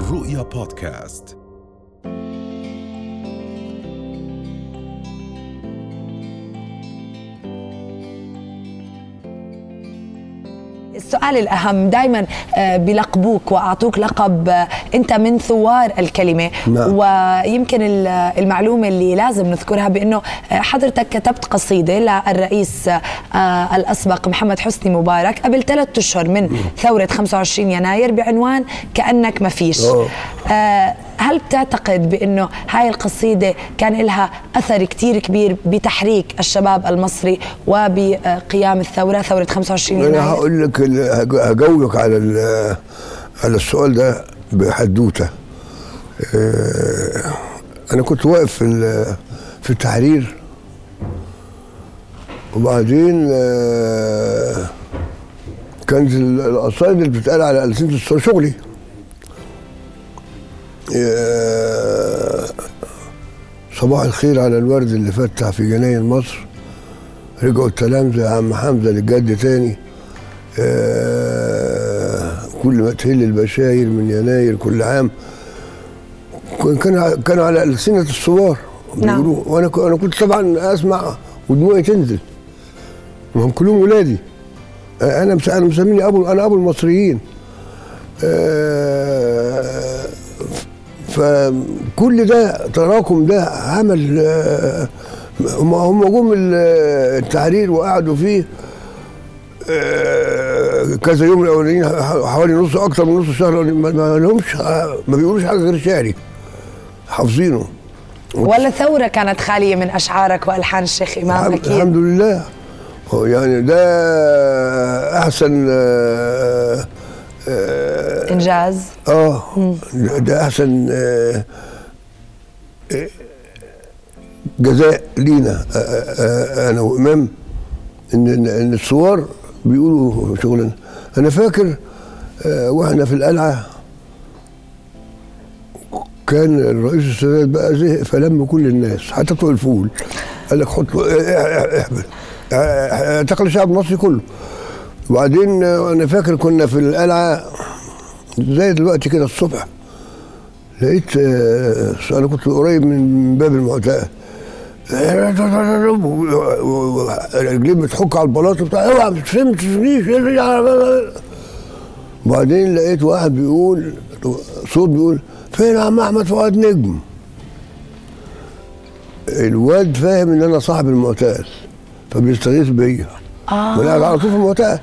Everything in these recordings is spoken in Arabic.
رؤيا بودكاست. السؤال الأهم دائما بلقبوك وأعطوك لقب أنت من ثوار الكلمة. نعم. ويمكن المعلومة اللي لازم نذكرها بأنه حضرتك كتبت قصيدة للرئيس الأسبق محمد حسني مبارك قبل 3 أشهر من ثورة 25 يناير بعنوان كأنك ما فيش. هل بتعتقد بأنه هاي القصيدة كان لها أثر كتير كبير بتحريك الشباب المصري وبقيام الثورة، ثورة 25 يناير؟ أنا هقول لك، هجاوبك على السؤال ده بحدوتة. أنا كنت واقف في التحرير، وبعدين كانت القصايد اللي بتتقال على ألسنة شغلي. صباح الخير على الورد اللي فتح في جناين مصر، رجعوا التلامذة يا عم حمزة للجد تاني، كل ما تهل البشاير من يناير كل عام. كانوا على ألسنة الثوار بيقولوا. وانا كنت طبعا اسمع ودموعي تنزل، وهم كلهم ولادي. انا مسميني انا ابو المصريين. فكل ده تراكم ده عمل. هم جم التحرير وقعدوا فيه كذا يوم الاولانيين، حوالي اكتر من نص شهر، ما لهمش، ما بيقولوش حاجه غير شعري حافظينه. ولا ثوره كانت خاليه من اشعارك والحان الشيخ امام؟ اكيد الحمد لله. يعني ده احسن انجاز. ده احسن جزاء لينا انا وامام، ان الثوار بيقولوا شغلنا. انا فاكر واحنا في القلعه كان الرئيس السادات بقى زهق فلم كل الناس حتى بتوع الفول، قال لك حط احبل اعتقل الشعب المصري كله. وبعدين انا فاكر كنا في القلعه زي دلوقتي كده الصبح، لقيت انا كنت قريب من باب المعتقل، رجلين بتحك على البلاط بتاع اوعى ما تفهمنيش. وبعدين لقيت واحد بيقول صوت بيقول فين يا عم احمد فؤاد نجم؟ الواد فاهم ان انا صاحب المعتقل فبيستغيث بيا. وانا قاعد على طول في المعتقل.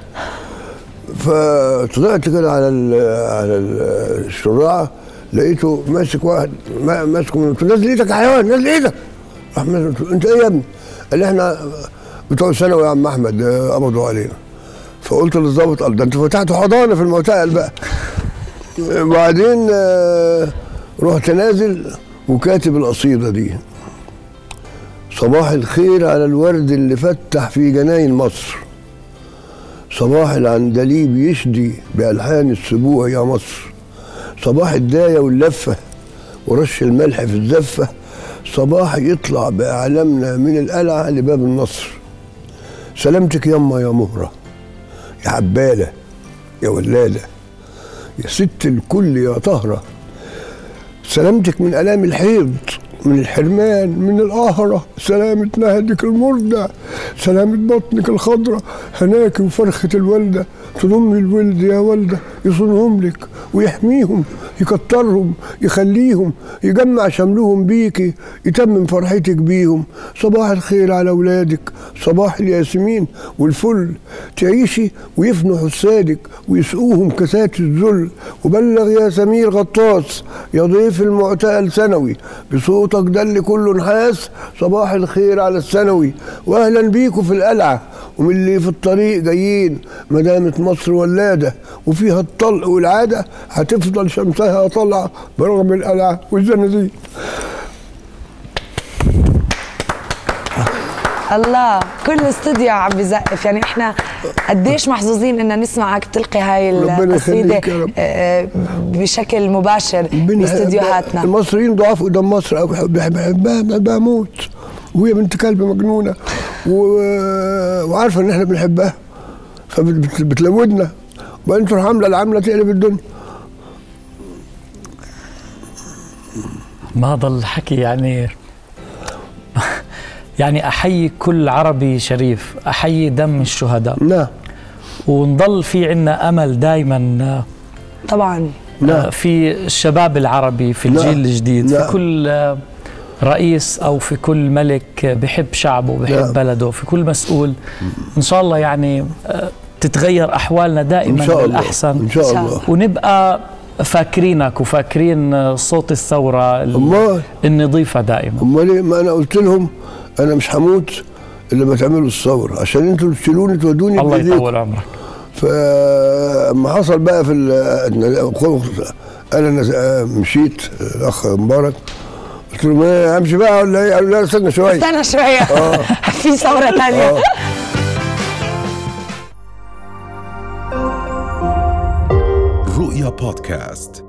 فطلعت كده على الشراعه، لقيته ماسك واحد ماسكه من نزل ايدك يا حيوان، نزل ايدك. انت ايه يا ابني؟ قال لي احنا بتوع ثانوي يا عم احمد قبضوا علينا. فقلت للظابط، قال ده انتوا فتحتوا حضانه في المعتقل بقى. وبعدين رحت نازل وكاتب القصيده دي: صباح الخير على الورد اللي فتح في جناين مصر، صباح العندليب يشدي بألحان السبوع يا مصر، صباح الداية واللفة ورش الملح في الزفة، صباح يطلع بأعلامنا من القلعة لباب النصر. سلامتك يما يا مهرة، يا عبالة، يا ولالة، يا ست الكل يا طهرة، سلامتك من آلام الحيض، من الحرمان، من القهرة، سلامة نهدك المردع، سلامة بطنك الخضرة، هناك وفرخة الوالدة، تضمي الولد يا والدة، يصونهم لك ويحميهم، يكترهم، يخليهم، يجمع شملهم بيكي، يتمم فرحتك بيهم. صباح الخير على أولادك، صباح الياسمين والفل، تعيشي ويفنوا حسادك ويسقوهم كاسات الذل. وبلغ يا سمير غطاس يا ضيف المعتقل ثانوي، بصوتك ده اللي كله نحاس، صباح الخير على الثانوي، واهلا بيكوا في القلعه ومن اللي في الطريق جايين. مدامة مصر ولادة وفيها الطلق والعادة، هتفضل شمسها طالعة برغم القلعة والزنازين. الله، كل الاستوديو عم بزقف. يعني احنا قديش محظوظين ان نسمعك تلقي هاي القصيدة بشكل مباشر باستديوهاتنا. المصريين ضعاف قدام مصر، بحبها موت، وهي بنت كلب مجنونة وعارفة ان احنا بنحبها فبتلودنا، وبعدين تروح عاملة العملة تقلب الدنيا. ما هذا الحكي يعني أحيي كل عربي شريف، أحيي دم الشهداء. نعم. ونضل في عنا أمل دايما طبعا في الشباب العربي، في الجيل الجديد، في كل رئيس أو في كل ملك بحب شعبه بحب بلده، في كل مسؤول. إن شاء الله يعني تتغير أحوالنا دائما للأحسن إن شاء الله. ونبقى فاكرينك وفاكرين صوت الثورة النظيفة دائما. أمال ما أنا قلت لهم أنا مش هموت إلا ما تعملوا الثورة، عشان أنتوا تشيلوني تودوني. الله يطول عمرك. فما حصل بقى أنا مشيت الأخ مبارك، قلت له ما أمشي بقى ولا إيه؟ قالوا لا استنى شوية في ثورة تانية. رؤيا بودكاست.